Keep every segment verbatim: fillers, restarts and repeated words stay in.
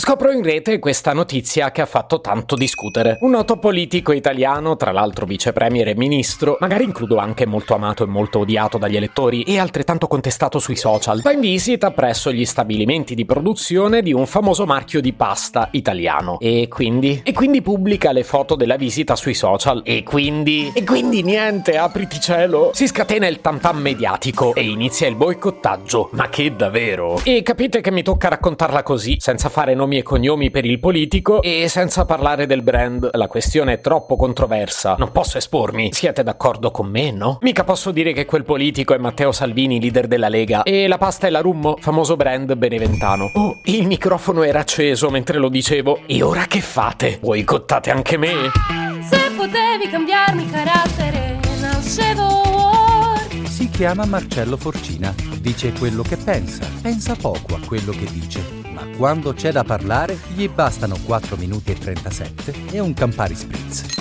scopro in rete questa notizia che ha fatto tanto discutere. Un noto politico italiano, tra l'altro vice premier e ministro, magari includo anche molto amato e molto odiato dagli elettori e altrettanto contestato sui social, va in visita presso gli stabilimenti di produzione di un famoso marchio di pasta italiano. E quindi? E quindi pubblica le foto della visita sui social. E quindi? E quindi niente, apriti cielo. Si scatena il tam tam mediatico e inizia il boicottaggio. Ma che davvero? E capite che mi tocca raccontarla così, senza fare nomi e cognomi per il politico e senza parlare del brand. La questione è troppo controversa. Non posso espormi. Siete d'accordo con me, no? Mica posso dire che quel politico è Matteo Salvini, leader della Lega, e la pasta è la Rummo, famoso brand beneventano. Oh, il microfono era acceso mentre lo dicevo. E ora che fate? Boicottate anche me? Se potevi cambiarmi carattere, nascevo Ward. Si chiama Marcello Forcina, dice quello che pensa, pensa poco a quello che dice, ma quando c'è da parlare gli bastano quattro minuti e trentasette e un Campari Spritz.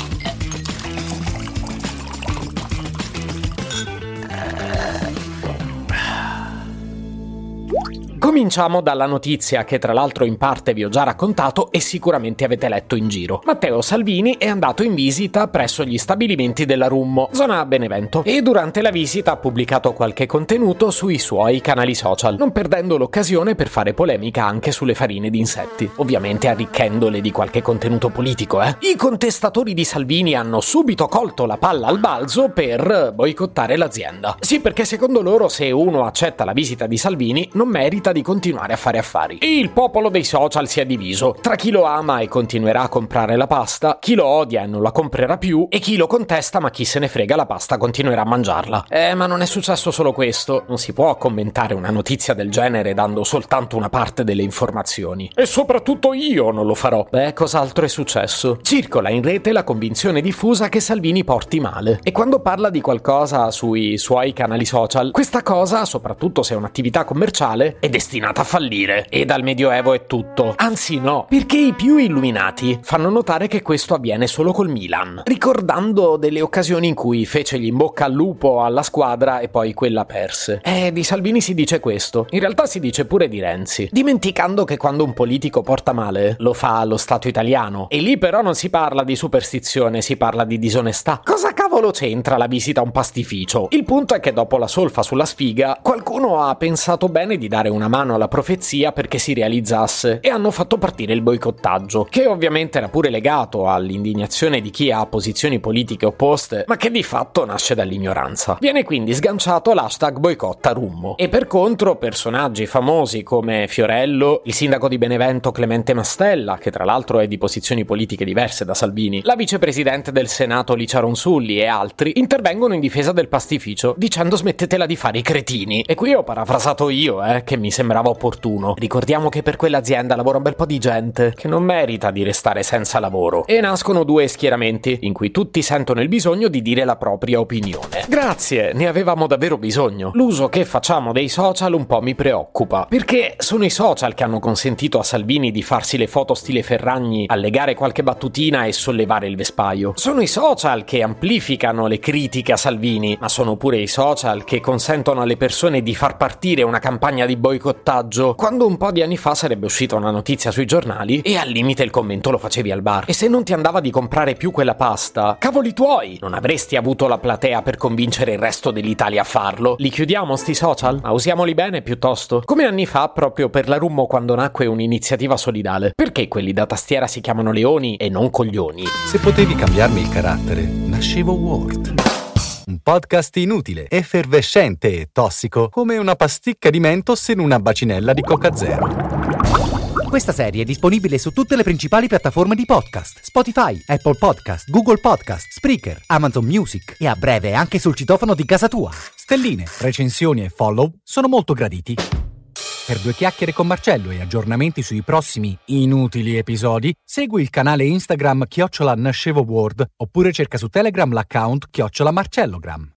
Cominciamo dalla notizia che tra l'altro in parte vi ho già raccontato e sicuramente avete letto in giro. Matteo Salvini è andato in visita presso gli stabilimenti della Rummo, zona Benevento, e durante la visita ha pubblicato qualche contenuto sui suoi canali social, non perdendo l'occasione per fare polemica anche sulle farine di insetti, ovviamente arricchendole di qualche contenuto politico, eh. I contestatori di Salvini hanno subito colto la palla al balzo per boicottare l'azienda. Sì, perché secondo loro se uno accetta la visita di Salvini non merita di continuare a fare affari. E il popolo dei social si è diviso tra chi lo ama e continuerà a comprare la pasta, chi lo odia e non la comprerà più, e chi lo contesta ma chi se ne frega, la pasta continuerà a mangiarla. Eh, ma non è successo solo questo. Non si può commentare una notizia del genere dando soltanto una parte delle informazioni. E soprattutto io non lo farò. Beh, cos'altro è successo? Circola in rete la convinzione diffusa che Salvini porti male. E quando parla di qualcosa sui suoi canali social, questa cosa, soprattutto se è un'attività commerciale, è destinata a fallire. E dal Medioevo è tutto. Anzi no, perché i più illuminati fanno notare che questo avviene solo col Milan, ricordando delle occasioni in cui fece gli in bocca al lupo alla squadra e poi quella perse. Eh, di Salvini si dice questo. In realtà si dice pure di Renzi, dimenticando che quando un politico porta male lo fa allo Stato italiano. E lì però non si parla di superstizione, si parla di disonestà. Cosa cavolo c'entra la visita a un pastificio? Il punto è che dopo la solfa sulla sfiga, qualcuno ha pensato bene di dare una mano alla profezia perché si realizzasse e hanno fatto partire il boicottaggio, che ovviamente era pure legato all'indignazione di chi ha posizioni politiche opposte, ma che di fatto nasce dall'ignoranza. Viene quindi sganciato l'hashtag boicotta Rummo, e per contro personaggi famosi come Fiorello, il sindaco di Benevento Clemente Mastella, che tra l'altro è di posizioni politiche diverse da Salvini, la vicepresidente del Senato Licia Ronsulli e altri intervengono in difesa del pastificio dicendo smettetela di fare i cretini. E qui ho parafrasato io, eh, che mi sembrava opportuno. Ricordiamo che per quell'azienda lavora un bel po' di gente che non merita di restare senza lavoro, e nascono due schieramenti in cui tutti sentono il bisogno di dire la propria opinione. Grazie, ne avevamo davvero bisogno. L'uso che facciamo dei social un po' mi preoccupa, perché sono i social che hanno consentito a Salvini di farsi le foto stile Ferragni, allegare qualche battutina e sollevare il vespaio. Sono i social che amplificano le critiche a Salvini, ma sono pure i social che consentono alle persone di far partire una campagna di boicottaggio quando un po' di anni fa sarebbe uscita una notizia sui giornali e al limite il commento lo facevi al bar. E se non ti andava di comprare più quella pasta, cavoli tuoi, non avresti avuto la platea per convincere il resto dell'Italia a farlo. Li chiudiamo sti social? Ma usiamoli bene piuttosto. Come anni fa proprio per la Rummo quando nacque un'iniziativa solidale. Perché quelli da tastiera si chiamano leoni e non coglioni? Se potevi cambiarmi il carattere, nascevo Ward. Un podcast inutile, effervescente e tossico, come una pasticca di Mentos in una bacinella di Coca Zero. Questa serie è disponibile su tutte le principali piattaforme di podcast: Spotify, Apple Podcast, Google Podcast, Spreaker, Amazon Music e a breve anche sul citofono di casa tua. Stelline, recensioni e follow sono molto graditi. Per due chiacchiere con Marcello e aggiornamenti sui prossimi inutili episodi, segui il canale Instagram chiocciola Nascevo Ward oppure cerca su Telegram l'account chiocciola Marcellogram.